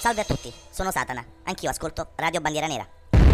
Salve a tutti, sono Satana, anch'io ascolto Radio Bandiera Nera.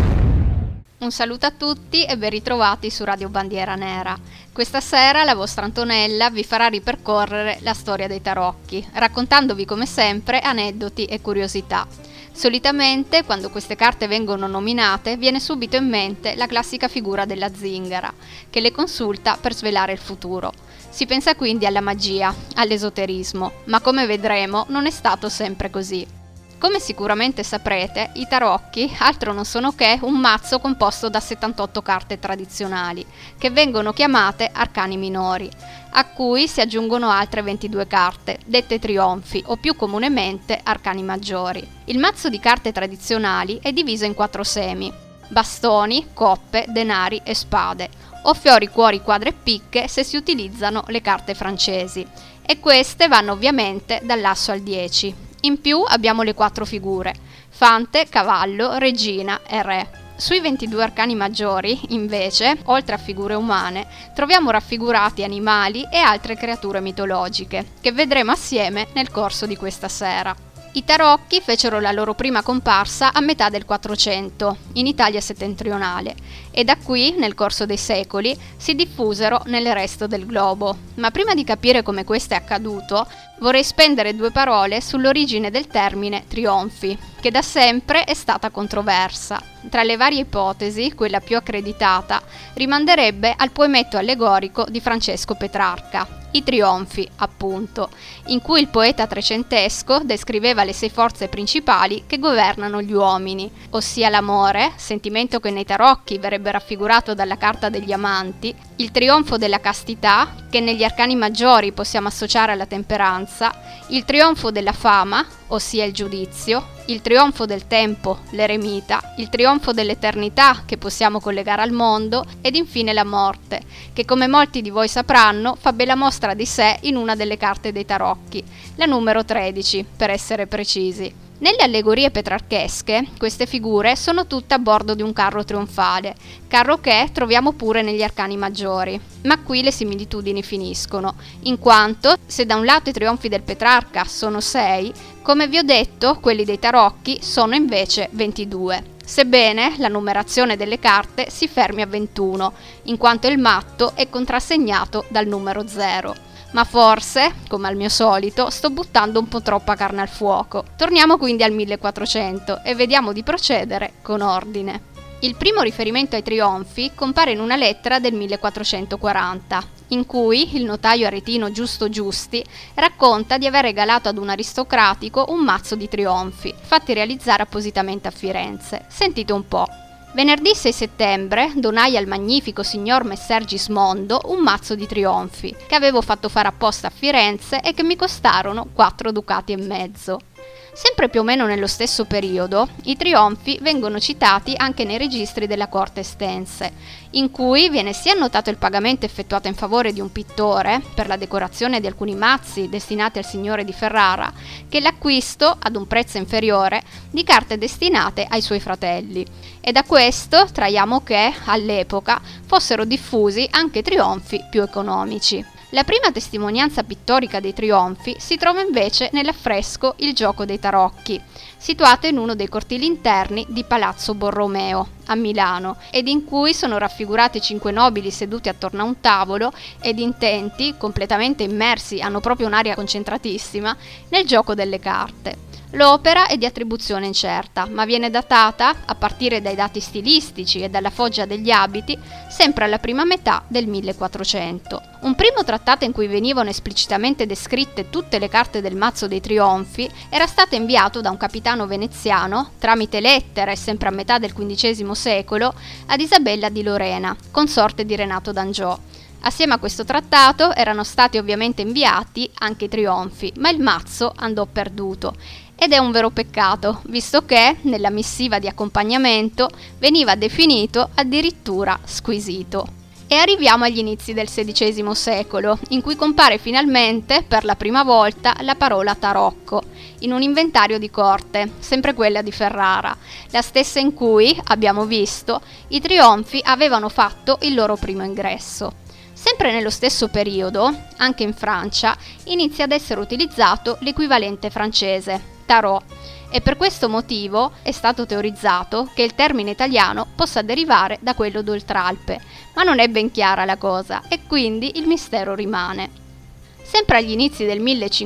Un saluto a tutti e ben ritrovati su Radio Bandiera Nera. Questa sera la vostra Antonella vi farà ripercorrere la storia dei tarocchi, raccontandovi come sempre aneddoti e curiosità. Solitamente, quando queste carte vengono nominate, viene subito in mente la classica figura della zingara, che le consulta per svelare il futuro. Si pensa quindi alla magia, all'esoterismo, ma come vedremo non è stato sempre così. Come sicuramente saprete, i tarocchi altro non sono che un mazzo composto da 78 carte tradizionali, che vengono chiamate arcani minori, a cui si aggiungono altre 22 carte, dette trionfi o più comunemente arcani maggiori. Il mazzo di carte tradizionali è diviso in 4 semi: bastoni, coppe, denari e spade, o fiori, cuori, quadre e picche se si utilizzano le carte francesi, e queste vanno ovviamente dall'asso al 10. In più abbiamo le 4 figure: fante, cavallo, regina e re. Sui 22 arcani maggiori, invece, oltre a figure umane, troviamo raffigurati animali e altre creature mitologiche, che vedremo assieme nel corso di questa sera. I tarocchi fecero la loro prima comparsa a metà del 400, in Italia settentrionale, e da qui, nel corso dei secoli, si diffusero nel resto del globo. Ma prima di capire come questo è accaduto, vorrei spendere 2 parole sull'origine del termine trionfi, che da sempre è stata controversa. Tra le varie ipotesi, quella più accreditata rimanderebbe al poemetto allegorico di Francesco Petrarca, I Trionfi, appunto, in cui il poeta trecentesco descriveva le 6 forze principali che governano gli uomini, ossia l'amore, sentimento che nei tarocchi verrebbe raffigurato dalla carta degli amanti, il trionfo della castità, che negli arcani maggiori possiamo associare alla temperanza, il trionfo della fama, ossia il giudizio, il trionfo del tempo, l'eremita, il trionfo dell'eternità, che possiamo collegare al mondo, ed infine la morte, che come molti di voi sapranno fa bella mostra di sé in una delle carte dei tarocchi, la numero 13 per essere precisi. Nelle allegorie petrarchesche, queste figure sono tutte a bordo di un carro trionfale, carro che troviamo pure negli arcani maggiori. Ma qui le similitudini finiscono, in quanto, se da un lato i trionfi del Petrarca sono 6, come vi ho detto, quelli dei tarocchi sono invece 22. Sebbene la numerazione delle carte si fermi a 21, in quanto il matto è contrassegnato dal numero 0. Ma forse, come al mio solito, sto buttando un po' troppa carne al fuoco. Torniamo quindi al 1400 e vediamo di procedere con ordine. Il primo riferimento ai trionfi compare in una lettera del 1440, in cui il notaio aretino Giusto Giusti racconta di aver regalato ad un aristocratico un mazzo di trionfi, fatti realizzare appositamente a Firenze. Sentite un po'. Venerdì 6 settembre donai al magnifico signor Messer Gismondo un mazzo di trionfi, che avevo fatto fare apposta a Firenze e che mi costarono 4 ducati e mezzo. Sempre più o meno nello stesso periodo, i trionfi vengono citati anche nei registri della corte estense, in cui viene sia annotato il pagamento effettuato in favore di un pittore per la decorazione di alcuni mazzi destinati al signore di Ferrara, che l'acquisto, ad un prezzo inferiore, di carte destinate ai suoi fratelli. E da questo traiamo che, all'epoca, fossero diffusi anche trionfi più economici. La prima testimonianza pittorica dei trionfi si trova invece nell'affresco Il gioco dei tarocchi, situato in uno dei cortili interni di Palazzo Borromeo, a Milano, ed in cui sono raffigurati 5 nobili seduti attorno a un tavolo ed intenti, completamente immersi, hanno proprio un'aria concentratissima, nel gioco delle carte. L'opera è di attribuzione incerta, ma viene datata, a partire dai dati stilistici e dalla foggia degli abiti, sempre alla prima metà del 1400. Un primo trattato in cui venivano esplicitamente descritte tutte le carte del mazzo dei trionfi era stato inviato da un capitano veneziano, tramite lettere, sempre a metà del XV secolo, ad Isabella di Lorena, consorte di Renato d'Angiò. Assieme a questo trattato erano stati ovviamente inviati anche i trionfi, ma il mazzo andò perduto. Ed è un vero peccato, visto che, nella missiva di accompagnamento, veniva definito addirittura squisito. E arriviamo agli inizi del XVI secolo, in cui compare finalmente, per la prima volta, la parola tarocco, in un inventario di corte, sempre quella di Ferrara, la stessa in cui, abbiamo visto, i trionfi avevano fatto il loro primo ingresso. Sempre nello stesso periodo, anche in Francia, inizia ad essere utilizzato l'equivalente francese, tarò, e per questo motivo è stato teorizzato che il termine italiano possa derivare da quello d'Oltralpe, ma non è ben chiara la cosa e quindi il mistero rimane. Sempre agli inizi del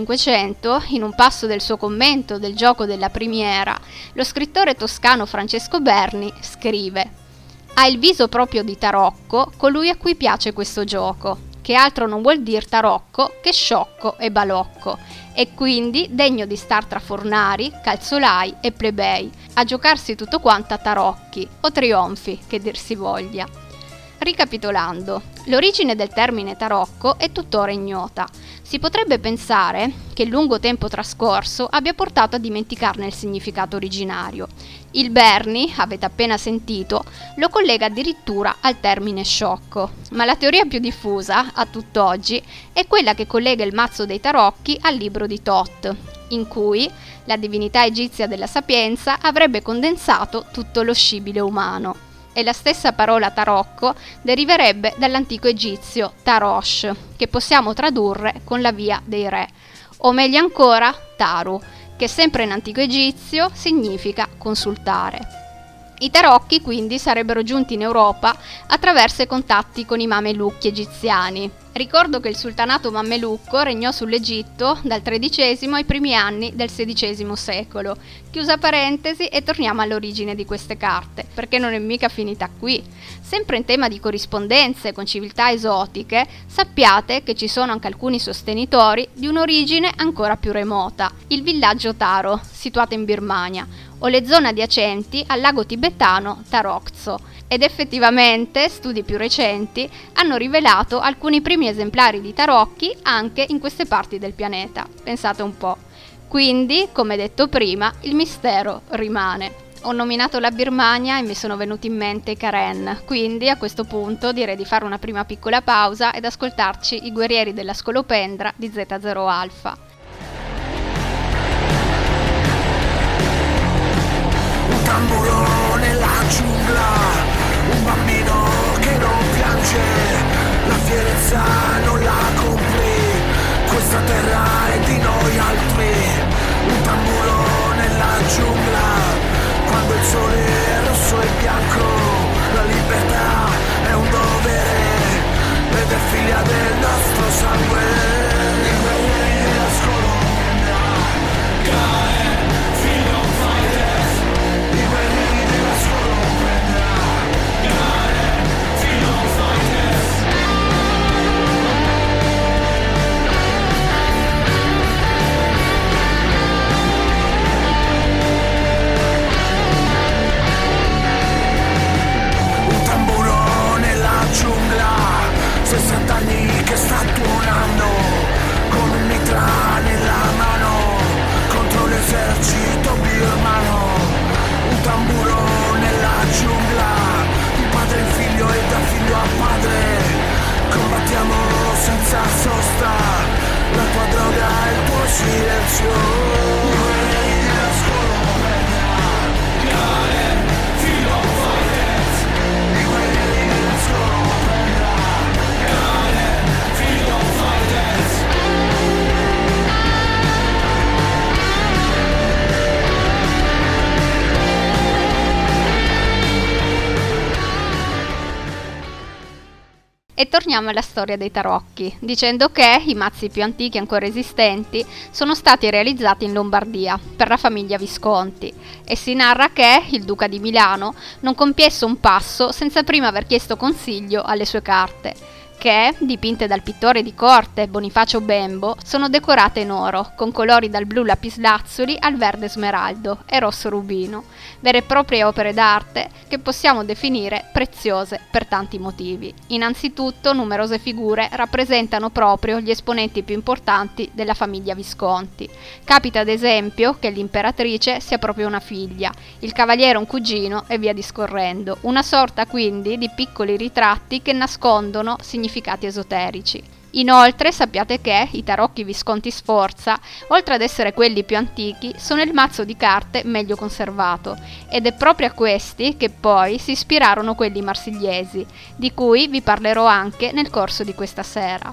1500, in un passo del suo commento del gioco della primiera, lo scrittore toscano Francesco Berni scrive: «Ha il viso proprio di tarocco colui a cui piace questo gioco, che altro non vuol dir tarocco che sciocco e balocco, e quindi degno di star tra fornari, calzolai e plebei, a giocarsi tutto quanto a tarocchi, o trionfi, che dir si voglia». Ricapitolando, l'origine del termine tarocco è tuttora ignota. Si potrebbe pensare che il lungo tempo trascorso abbia portato a dimenticarne il significato originario. Il Berni, avete appena sentito, lo collega addirittura al termine sciocco, ma la teoria più diffusa, a tutt'oggi, è quella che collega il mazzo dei tarocchi al libro di Thoth, in cui la divinità egizia della sapienza avrebbe condensato tutto lo scibile umano. E la stessa parola tarocco deriverebbe dall'antico egizio tarosh, che possiamo tradurre con la via dei re, o meglio ancora taru, che sempre in antico egizio significa consultare. I tarocchi quindi sarebbero giunti in Europa attraverso i contatti con i mamelucchi egiziani. Ricordo che il sultanato mamelucco regnò sull'Egitto dal XIII ai primi anni del XVI secolo. Chiusa parentesi e torniamo all'origine di queste carte, perché non è mica finita qui. Sempre in tema di corrispondenze con civiltà esotiche, sappiate che ci sono anche alcuni sostenitori di un'origine ancora più remota, il villaggio Taro, situato in Birmania, o le zone adiacenti al lago tibetano Tarokzo, ed effettivamente studi più recenti hanno rivelato alcuni primi esemplari di tarocchi anche in queste parti del pianeta. Pensate un po'. Quindi, come detto prima, il mistero rimane. Ho nominato la Birmania e mi sono venuti in mente i Karen, quindi a questo punto direi di fare una prima piccola pausa ed ascoltarci I guerrieri della Scolopendra di Z0 Alpha. Un tamburo nella giungla, un bambino che non piange, la fierezza non la compri, questa terra è di noi altri. Un tamburo nella giungla, quando il sole è rosso e bianco, la libertà è un dovere ed è figlia del nostro sangue. I guerrieri della Scolopendra, freedom fighters. I guerrieri della Scolopendra, freedom fighters. Un tamburo nella giungla, 60 anni che sta tuonando, con un mitra nella mano, contro l'esercito birmano. Un tamburo nella giungla, di padre in figlio e da figlio a padre, combattiamo senza sosta, la tua droga è il tuo silenzio. I guerrieri della Scolopendra, freedom fighters. I guerrieri della Scolopendra, freedom fighters. E torniamo alla storia dei tarocchi, dicendo che i mazzi più antichi ancora esistenti sono stati realizzati in Lombardia per la famiglia Visconti e si narra che il duca di Milano non compiesse un passo senza prima aver chiesto consiglio alle sue carte, che, dipinte dal pittore di corte Bonifacio Bembo, sono decorate in oro, con colori dal blu lapislazzuli al verde smeraldo e rosso rubino, vere e proprie opere d'arte che possiamo definire preziose per tanti motivi. Innanzitutto, numerose figure rappresentano proprio gli esponenti più importanti della famiglia Visconti. Capita ad esempio che l'imperatrice sia proprio una figlia, il cavaliere un cugino e via discorrendo, una sorta quindi di piccoli ritratti che nascondono significati esoterici. Inoltre sappiate che i tarocchi Visconti Sforza, oltre ad essere quelli più antichi, sono il mazzo di carte meglio conservato ed è proprio a questi che poi si ispirarono quelli marsigliesi, di cui vi parlerò anche nel corso di questa sera.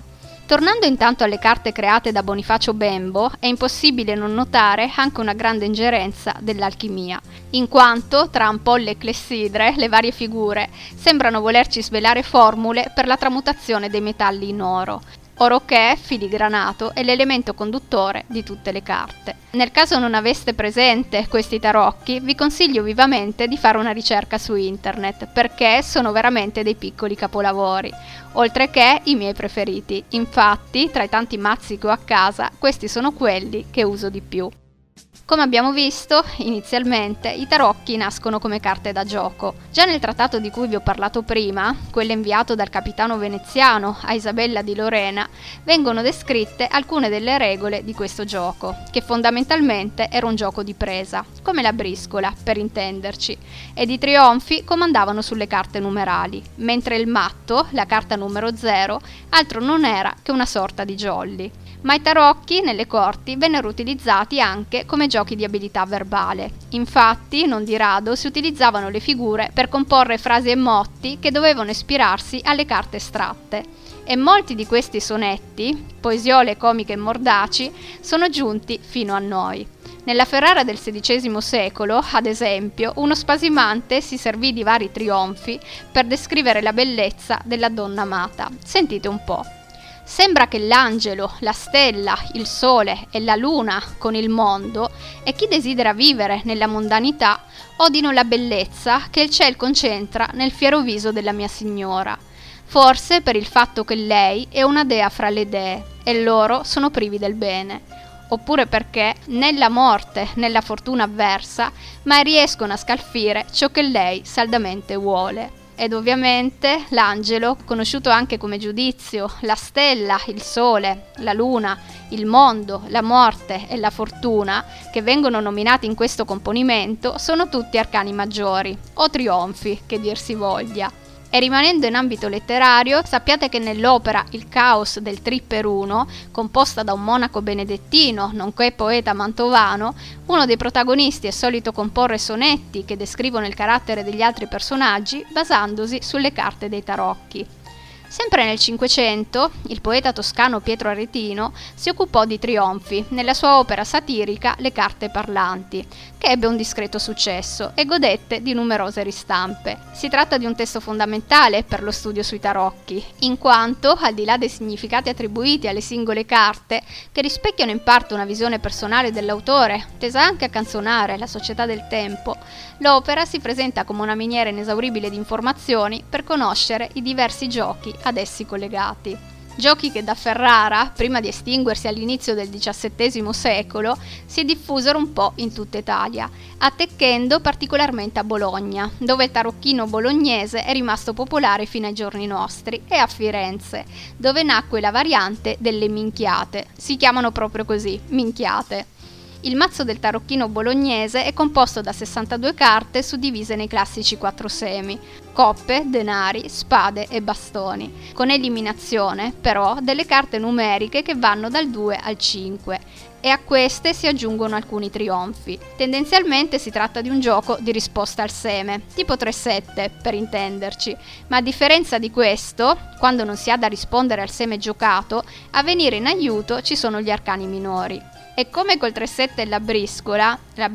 Tornando intanto alle carte create da Bonifacio Bembo, è impossibile non notare anche una grande ingerenza dell'alchimia, in quanto tra ampolle e clessidre le varie figure sembrano volerci svelare formule per la tramutazione dei metalli in oro. Oro che, filigranato, è l'elemento conduttore di tutte le carte. Nel caso non aveste presente questi tarocchi, vi consiglio vivamente di fare una ricerca su internet, perché sono veramente dei piccoli capolavori, oltre che i miei preferiti. Infatti, tra i tanti mazzi che ho a casa, questi sono quelli che uso di più. Come abbiamo visto, inizialmente i tarocchi nascono come carte da gioco. Già nel trattato di cui vi ho parlato prima, quello inviato dal capitano veneziano a Isabella di Lorena, vengono descritte alcune delle regole di questo gioco, che fondamentalmente era un gioco di presa, come la briscola, per intenderci, ed i trionfi comandavano sulle carte numerali, mentre il matto, la carta numero 0, altro non era che una sorta di jolly. Ma i tarocchi nelle corti vennero utilizzati anche come giochi di abilità verbale. Infatti, non di rado si utilizzavano le figure per comporre frasi e motti che dovevano ispirarsi alle carte estratte. E molti di questi sonetti, poesiole comiche e mordaci, sono giunti fino a noi. Nella Ferrara del XVI secolo, ad esempio, uno spasimante si servì di vari trionfi per descrivere la bellezza della donna amata. Sentite un po'. Sembra che l'angelo, la stella, il sole e la luna con il mondo e chi desidera vivere nella mondanità odino la bellezza che il ciel concentra nel fiero viso della mia signora. Forse per il fatto che lei è una dea fra le dee e loro sono privi del bene, oppure perché né la morte né la fortuna avversa mai riescono a scalfire ciò che lei saldamente vuole. Ed ovviamente l'angelo, conosciuto anche come giudizio, la stella, il sole, la luna, il mondo, la morte e la fortuna, che vengono nominati in questo componimento, sono tutti arcani maggiori, o trionfi, che dir si voglia. E rimanendo in ambito letterario, sappiate che nell'opera Il caos del 3x1, composta da un monaco benedettino, nonché poeta mantovano, uno dei protagonisti è solito comporre sonetti che descrivono il carattere degli altri personaggi basandosi sulle carte dei tarocchi. Sempre nel Cinquecento, il poeta toscano Pietro Aretino si occupò di trionfi nella sua opera satirica Le carte parlanti, che ebbe un discreto successo e godette di numerose ristampe. Si tratta di un testo fondamentale per lo studio sui tarocchi, in quanto, al di là dei significati attribuiti alle singole carte, che rispecchiano in parte una visione personale dell'autore, tesa anche a canzonare la società del tempo, l'opera si presenta come una miniera inesauribile di informazioni per conoscere i diversi giochi ad essi collegati. Giochi che da Ferrara, prima di estinguersi all'inizio del XVII secolo, si diffusero un po' in tutta Italia, attecchendo particolarmente a Bologna, dove il tarocchino bolognese è rimasto popolare fino ai giorni nostri, e a Firenze, dove nacque la variante delle minchiate. Si chiamano proprio così, minchiate. Il mazzo del tarocchino bolognese è composto da 62 carte suddivise nei classici 4 semi, coppe, denari, spade e bastoni, con eliminazione però delle carte numeriche che vanno dal 2 al 5 e a queste si aggiungono alcuni trionfi. Tendenzialmente si tratta di un gioco di risposta al seme, tipo 3-7 per intenderci, ma a differenza di questo, quando non si ha da rispondere al seme giocato, a venire in aiuto ci sono gli arcani minori. E come col 3-7 e la briscola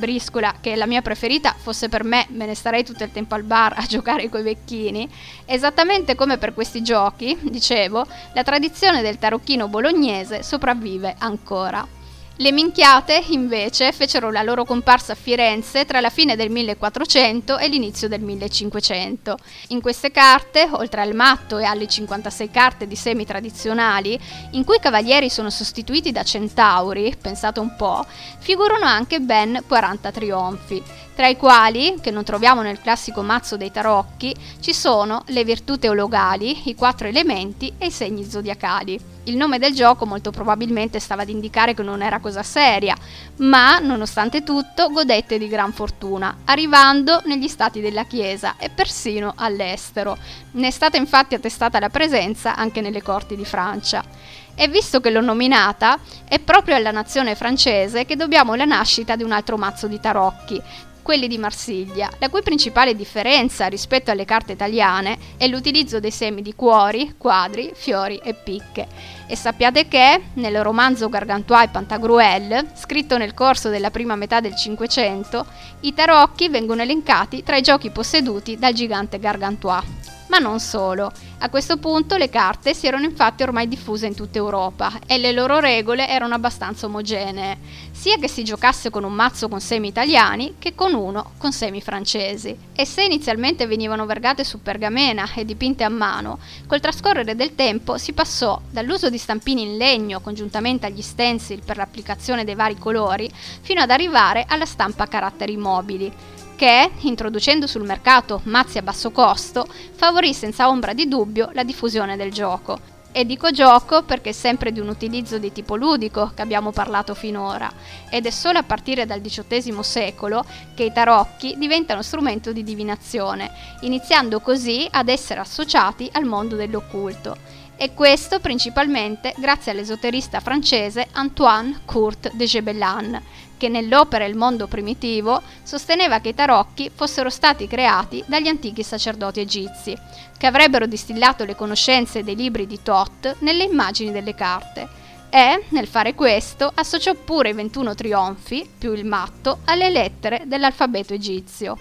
che è la mia preferita, fosse per me me ne starei tutto il tempo al bar a giocare coi vecchini, esattamente come per questi giochi, dicevo, la tradizione del tarocchino bolognese sopravvive ancora. Le minchiate, invece, fecero la loro comparsa a Firenze tra la fine del 1400 e l'inizio del 1500. In queste carte, oltre al matto e alle 56 carte di semi tradizionali, in cui i cavalieri sono sostituiti da centauri, pensate un po', figurano anche ben 40 trionfi, tra i quali, che non troviamo nel classico mazzo dei tarocchi, ci sono le virtù teologali, i 4 elementi e i segni zodiacali. Il nome del gioco molto probabilmente stava ad indicare che non era cosa seria, ma, nonostante tutto, godette di gran fortuna, arrivando negli stati della Chiesa e persino all'estero. Ne è stata infatti attestata la presenza anche nelle corti di Francia. E visto che l'ho nominata, è proprio alla nazione francese che dobbiamo la nascita di un altro mazzo di tarocchi, quelli di Marsiglia, la cui principale differenza rispetto alle carte italiane è l'utilizzo dei semi di cuori, quadri, fiori e picche. E sappiate che, nel romanzo Gargantua e Pantagruel, scritto nel corso della prima metà del Cinquecento, i tarocchi vengono elencati tra i giochi posseduti dal gigante Gargantua. Ma non solo. A questo punto le carte si erano infatti ormai diffuse in tutta Europa e le loro regole erano abbastanza omogenee, sia che si giocasse con un mazzo con semi italiani che con uno con semi francesi. E se inizialmente venivano vergate su pergamena e dipinte a mano, col trascorrere del tempo si passò dall'uso di stampini in legno congiuntamente agli stencil per l'applicazione dei vari colori, fino ad arrivare alla stampa a caratteri mobili, che, introducendo sul mercato mazzi a basso costo, favorì senza ombra di dubbio la diffusione del gioco. E dico gioco perché è sempre di un utilizzo di tipo ludico che abbiamo parlato finora, ed è solo a partire dal XVIII secolo che i tarocchi diventano strumento di divinazione, iniziando così ad essere associati al mondo dell'occulto. E questo principalmente grazie all'esoterista francese Antoine Court de Gebelin, che nell'opera Il mondo primitivo sosteneva che i tarocchi fossero stati creati dagli antichi sacerdoti egizi, che avrebbero distillato le conoscenze dei libri di Thoth nelle immagini delle carte, e, nel fare questo, associò pure i 21 trionfi, più il matto, alle lettere dell'alfabeto egizio.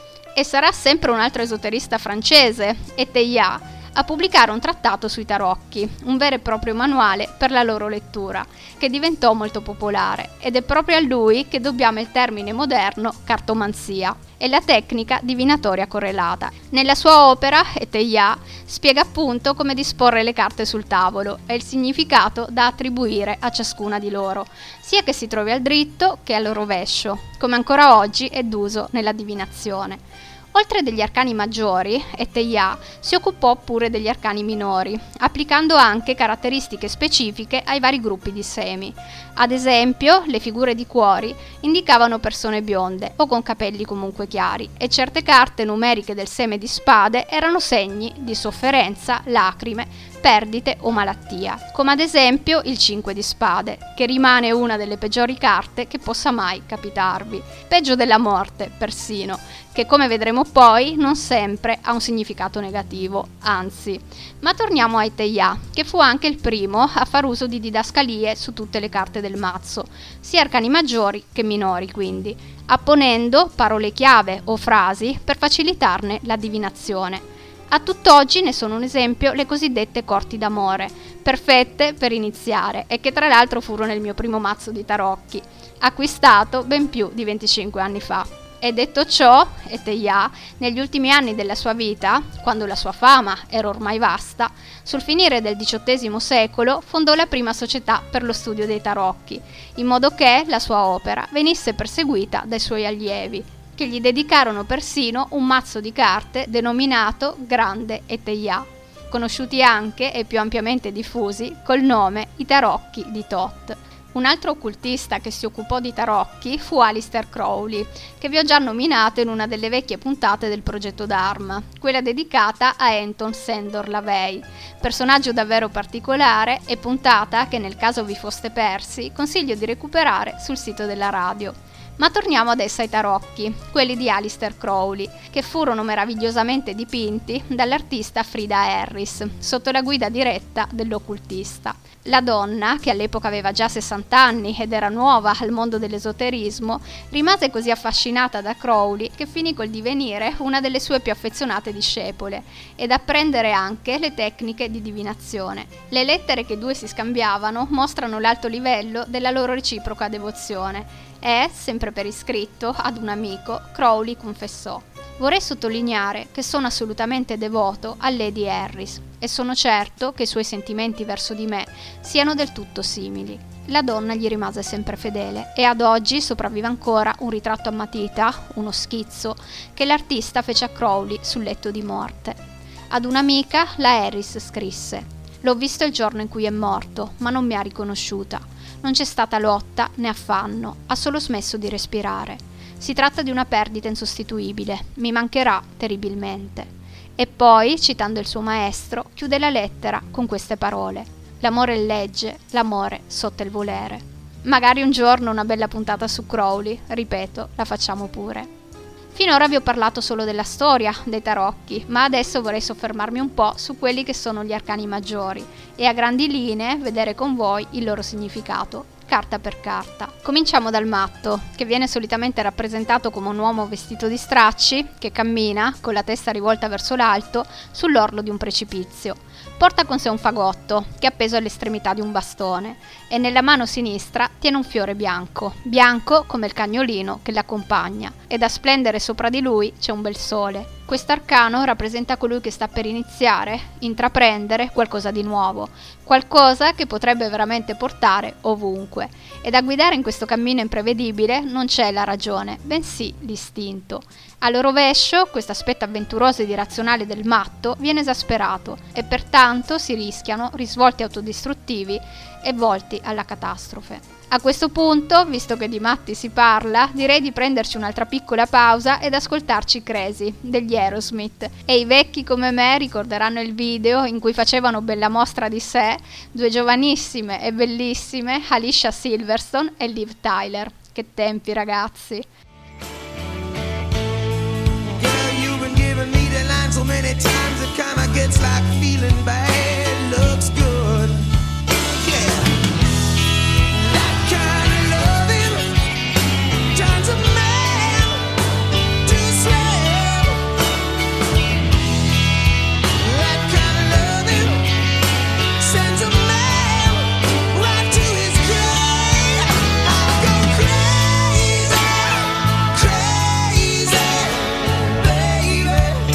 E sarà sempre un altro esoterista francese, Eteillat, a pubblicare un trattato sui tarocchi, un vero e proprio manuale per la loro lettura, che diventò molto popolare, ed è proprio a lui che dobbiamo il termine moderno cartomanzia e la tecnica divinatoria correlata. Nella sua opera, Eteillat spiega appunto come disporre le carte sul tavolo e il significato da attribuire a ciascuna di loro, sia che si trovi al dritto che al rovescio, come ancora oggi è d'uso nella divinazione. Oltre degli arcani maggiori, Eteillat si occupò pure degli arcani minori, applicando anche caratteristiche specifiche ai vari gruppi di semi. Ad esempio, le figure di cuori indicavano persone bionde o con capelli comunque chiari, e certe carte numeriche del seme di spade erano segni di sofferenza, lacrime, perdite o malattia, come ad esempio il 5 di spade, che rimane una delle peggiori carte che possa mai capitarvi, peggio della morte persino, che come vedremo poi non sempre ha un significato negativo, anzi. Ma torniamo a Eteillat, che fu anche il primo a far uso di didascalie su tutte le carte del mazzo, sia arcani maggiori che minori quindi, apponendo parole chiave o frasi per facilitarne la divinazione. A tutt'oggi ne sono un esempio le cosiddette corti d'amore, perfette per iniziare e che tra l'altro furono il mio primo mazzo di tarocchi, acquistato ben più di 25 anni fa. E detto ciò, Eteillat, negli ultimi anni della sua vita, quando la sua fama era ormai vasta, sul finire del XVIII secolo fondò la prima società per lo studio dei tarocchi, in modo che la sua opera venisse perseguita dai suoi allievi, che gli dedicarono persino un mazzo di carte denominato Grande Eteillat, conosciuti anche e più ampiamente diffusi col nome I tarocchi di Thoth. Un altro occultista che si occupò di tarocchi fu Aleister Crowley, che vi ho già nominato in una delle vecchie puntate del progetto Dharma, quella dedicata a Anton Szandor LaVey, personaggio davvero particolare e puntata che nel caso vi foste persi consiglio di recuperare sul sito della radio. Ma torniamo adesso ai tarocchi, quelli di Aleister Crowley, che furono meravigliosamente dipinti dall'artista Frida Harris, sotto la guida diretta dell'occultista. La donna, che all'epoca aveva già 60 anni ed era nuova al mondo dell'esoterismo, rimase così affascinata da Crowley che finì col divenire una delle sue più affezionate discepole ed apprendere anche le tecniche di divinazione. Le lettere che i due si scambiavano mostrano l'alto livello della loro reciproca devozione e, sempre per iscritto ad un amico, Crowley confessò: «Vorrei sottolineare che sono assolutamente devoto a Lady Harris e sono certo che i suoi sentimenti verso di me siano del tutto simili». La donna gli rimase sempre fedele e ad oggi sopravvive ancora un ritratto a matita, uno schizzo, che l'artista fece a Crowley sul letto di morte. Ad un'amica la Harris scrisse: «L'ho visto il giorno in cui è morto, ma non mi ha riconosciuta. Non c'è stata lotta né affanno, ha solo smesso di respirare. Si tratta di una perdita insostituibile, mi mancherà terribilmente». E poi, citando il suo maestro, chiude la lettera con queste parole: «L'amore è legge, l'amore sotto il volere». Magari un giorno una bella puntata su Crowley, ripeto, la facciamo pure. Finora vi ho parlato solo della storia dei tarocchi, ma adesso vorrei soffermarmi un po' su quelli che sono gli arcani maggiori e a grandi linee vedere con voi il loro significato, carta per carta. Cominciamo dal matto, che viene solitamente rappresentato come un uomo vestito di stracci che cammina, con la testa rivolta verso l'alto, sull'orlo di un precipizio. Porta con sé un fagotto, che è appeso all'estremità di un bastone, e nella mano sinistra tiene un fiore bianco, bianco come il cagnolino che l'accompagna, ed a splendere sopra di lui c'è un bel sole. Quest'arcano rappresenta colui che sta per iniziare, intraprendere qualcosa di nuovo, qualcosa che potrebbe veramente portare ovunque. E da guidare in questo cammino imprevedibile non c'è la ragione, bensì l'istinto. Al rovescio, questo aspetto avventuroso ed irrazionale del matto viene esasperato e pertanto si rischiano risvolti autodistruttivi e volti alla catastrofe. A questo punto, visto che di matti si parla, direi di prenderci un'altra piccola pausa ed ascoltarci Crazy degli Aerosmith. E i vecchi come me ricorderanno il video in cui facevano bella mostra di sé due giovanissime e bellissime Alicia Silverstone e Liv Tyler. Che tempi, ragazzi! So many times it kinda gets like feeling bad, looks good. Yeah, that kind of loving turns a man to a slave. That kind of loving sends a man right to his grave. I go crazy, crazy, baby.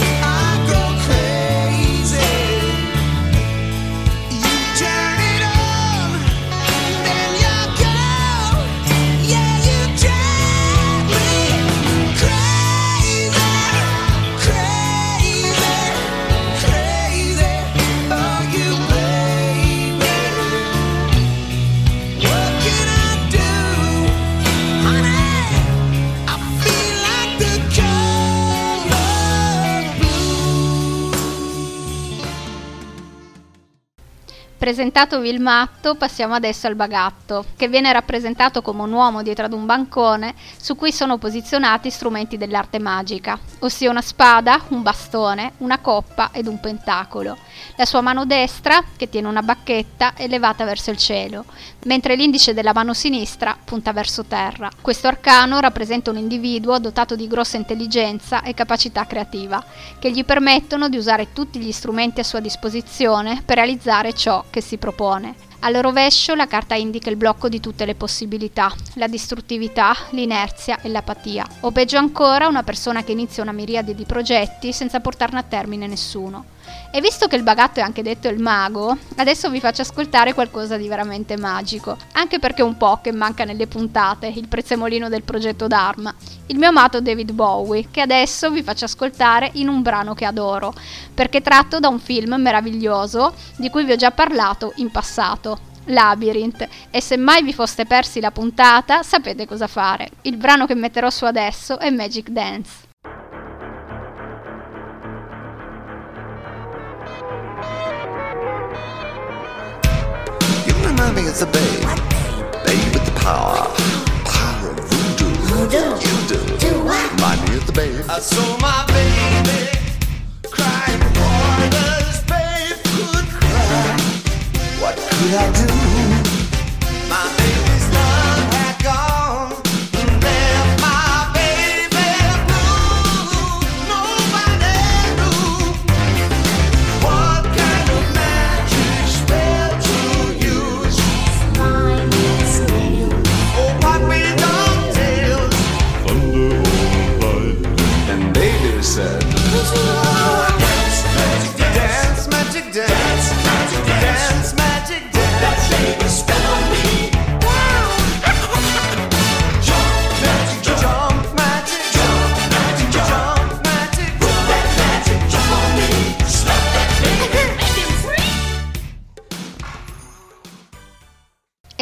Presentatovi il matto, passiamo adesso al bagatto, che viene rappresentato come un uomo dietro ad un bancone su cui sono posizionati strumenti dell'arte magica, ossia una spada, un bastone, una coppa ed un pentacolo. La sua mano destra, che tiene una bacchetta, è levata verso il cielo, mentre l'indice della mano sinistra punta verso terra. Questo arcano rappresenta un individuo dotato di grossa intelligenza e capacità creativa, che gli permettono di usare tutti gli strumenti a sua disposizione per realizzare ciò che si propone. Al rovescio la carta indica il blocco di tutte le possibilità, la distruttività, l'inerzia e l'apatia. O peggio ancora, una persona che inizia una miriade di progetti senza portarne a termine nessuno. E visto che il bagatto è anche detto il mago, adesso vi faccio ascoltare qualcosa di veramente magico, anche perché è un po' che manca nelle puntate, il prezzemolino del progetto Dharma, il mio amato David Bowie, che adesso vi faccio ascoltare in un brano che adoro, perché tratto da un film meraviglioso di cui vi ho già parlato in passato, Labyrinth, e se mai vi foste persi la puntata sapete cosa fare. Il brano che metterò su adesso è Magic Dance. Remind me of the babe, babe with the power of voodoo. You do what? Remind me of the babe. I saw my baby crying for this babe could cry. What could I do? My baby's love had gone and left my baby blue. Nobody knew what kind of magic spell to use. Oh, what we don't tell. Thunder on light. And baby said, dance, magic dance, dance, magic dance, dance, magic dance.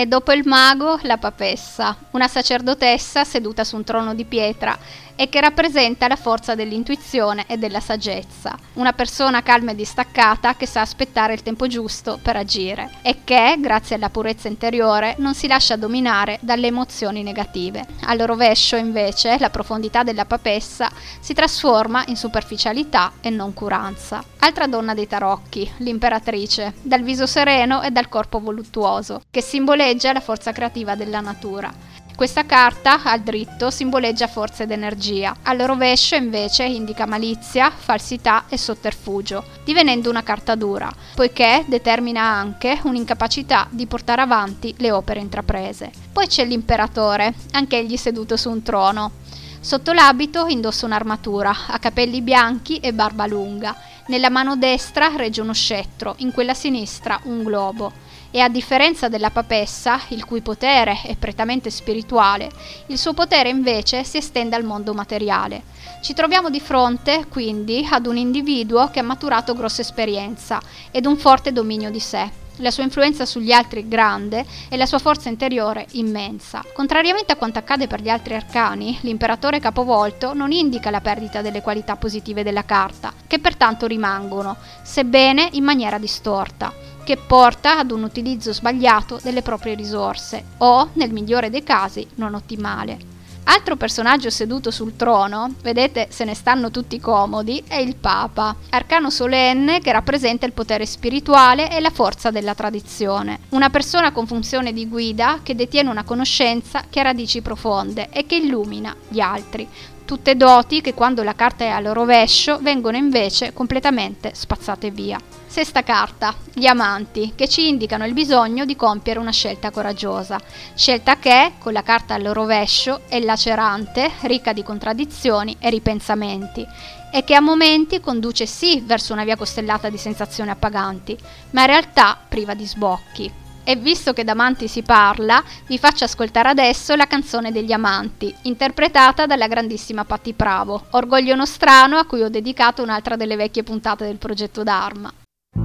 E dopo il mago, la papessa, una sacerdotessa seduta su un trono di pietra e che rappresenta la forza dell'intuizione e della saggezza. Una persona calma e distaccata che sa aspettare il tempo giusto per agire e che, grazie alla purezza interiore, non si lascia dominare dalle emozioni negative. Al rovescio, invece, la profondità della papessa si trasforma in superficialità e noncuranza. Altra donna dei tarocchi, l'imperatrice, dal viso sereno e dal corpo voluttuoso, che simboleggia la forza creativa della natura. Questa carta, al dritto, simboleggia forza ed energia, al rovescio invece indica malizia, falsità e sotterfugio, divenendo una carta dura, poiché determina anche un'incapacità di portare avanti le opere intraprese. Poi c'è l'imperatore, anch'egli seduto su un trono. Sotto l'abito indossa un'armatura, ha capelli bianchi e barba lunga. Nella mano destra regge uno scettro, in quella sinistra un globo. E a differenza della papessa, il cui potere è prettamente spirituale, il suo potere invece si estende al mondo materiale. Ci troviamo di fronte, quindi, ad un individuo che ha maturato grossa esperienza ed un forte dominio di sé. La sua influenza sugli altri grande e la sua forza interiore immensa. Contrariamente a quanto accade per gli altri arcani, l'imperatore capovolto non indica la perdita delle qualità positive della carta, che pertanto rimangono, sebbene in maniera distorta, che porta ad un utilizzo sbagliato delle proprie risorse o, nel migliore dei casi, non ottimale. Altro personaggio seduto sul trono, vedete se ne stanno tutti comodi, è il Papa, arcano solenne che rappresenta il potere spirituale e la forza della tradizione. Una persona con funzione di guida che detiene una conoscenza che ha radici profonde e che illumina gli altri. Tutte doti che quando la carta è al rovescio vengono invece completamente spazzate via. Sesta carta, gli amanti, che ci indicano il bisogno di compiere una scelta coraggiosa. Scelta che, con la carta al rovescio, è lacerante, ricca di contraddizioni e ripensamenti, e che a momenti conduce sì verso una via costellata di sensazioni appaganti, ma in realtà priva di sbocchi. E visto che d'amanti si parla, vi faccio ascoltare adesso la canzone degli amanti, interpretata dalla grandissima Patti Pravo, orgoglio nostrano a cui ho dedicato un'altra delle vecchie puntate del progetto Dharma.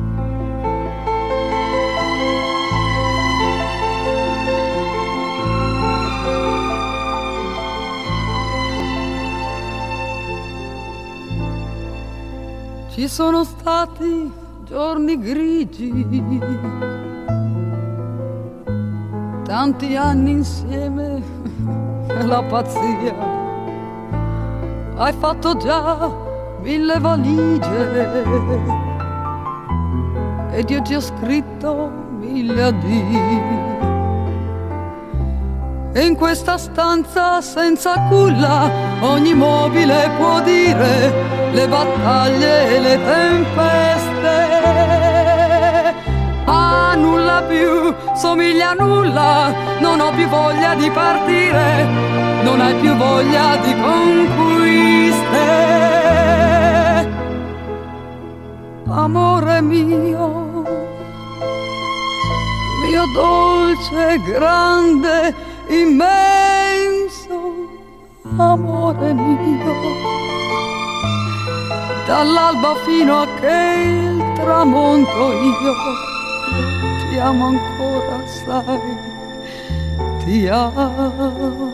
Ci sono stati giorni grigi, tanti anni insieme, la pazzia. Hai fatto già 1000 valigie ed io ti ho scritto 1000 addii. E in questa stanza senza culla ogni mobile può dire le battaglie e le tempeste. A nulla più somiglia a nulla, non ho più voglia di partire, non hai più voglia di conquiste. Amore mio, mio dolce, grande, immenso, amore mio, dall'alba fino a che il tramonto io ti amo ancora, sai, ti amo.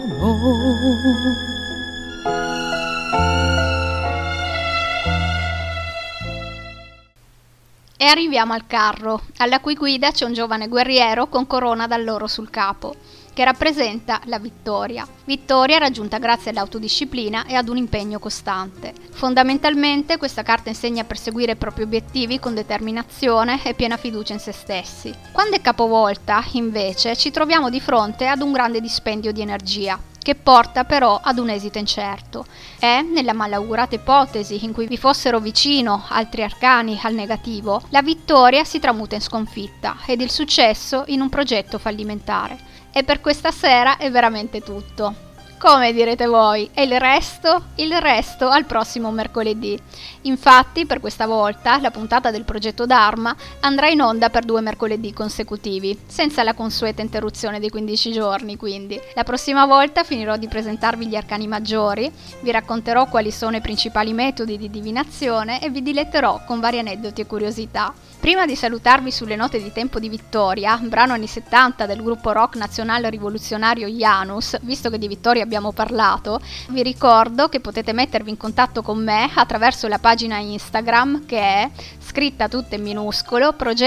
E arriviamo al carro, alla cui guida c'è un giovane guerriero con corona d'alloro sul capo, che rappresenta la vittoria. Vittoria raggiunta grazie all'autodisciplina e ad un impegno costante. Fondamentalmente questa carta insegna a perseguire i propri obiettivi con determinazione e piena fiducia in se stessi. Quando è capovolta, invece, ci troviamo di fronte ad un grande dispendio di energia, che porta però ad un esito incerto. E, nella malaugurata ipotesi in cui vi fossero vicino altri arcani al negativo, la vittoria si tramuta in sconfitta ed il successo in un progetto fallimentare. E per questa sera è veramente tutto. Come direte voi? E il resto? Il resto al prossimo mercoledì. Infatti, per questa volta, la puntata del progetto Dharma andrà in onda per 2 mercoledì consecutivi, senza la consueta interruzione dei 15 giorni, quindi. La prossima volta finirò di presentarvi gli arcani maggiori, vi racconterò quali sono i principali metodi di divinazione e vi diletterò con vari aneddoti e curiosità. Prima di salutarvi sulle note di Tempo di Vittoria, brano anni 70 del gruppo rock nazionale rivoluzionario Janus, visto che di Vittoria abbiamo parlato, vi ricordo che potete mettervi in contatto con me attraverso la pagina Instagram che è, scritta tutta in minuscolo,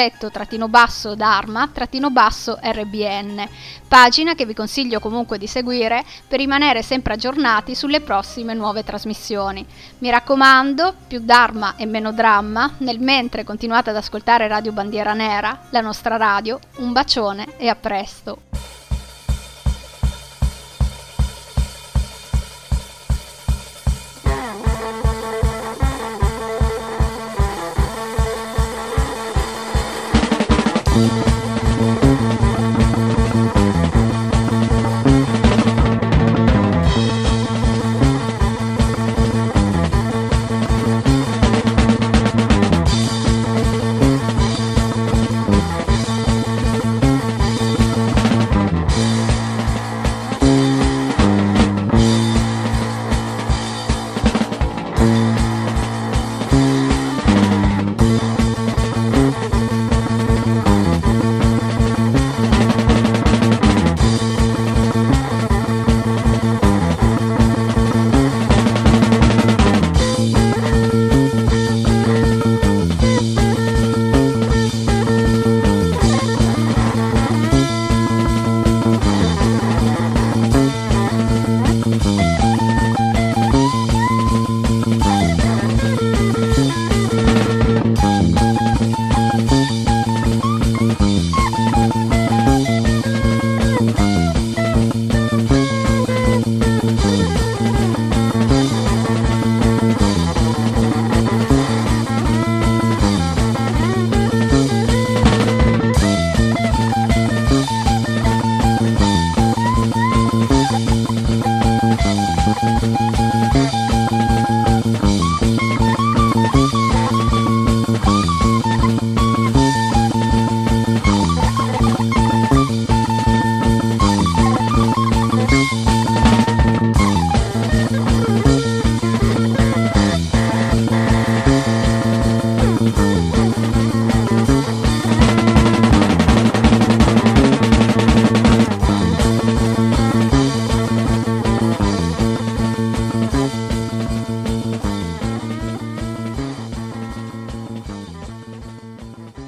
progetto-dharma-RBN, pagina che vi consiglio comunque di seguire per rimanere sempre aggiornati sulle prossime nuove trasmissioni. Mi raccomando, più Dharma e meno dramma, nel mentre continuate ad ascoltare Radio Bandiera Nera, la nostra radio. Un bacione e a presto.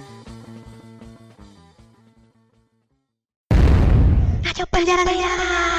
Radio Bandiera Nera.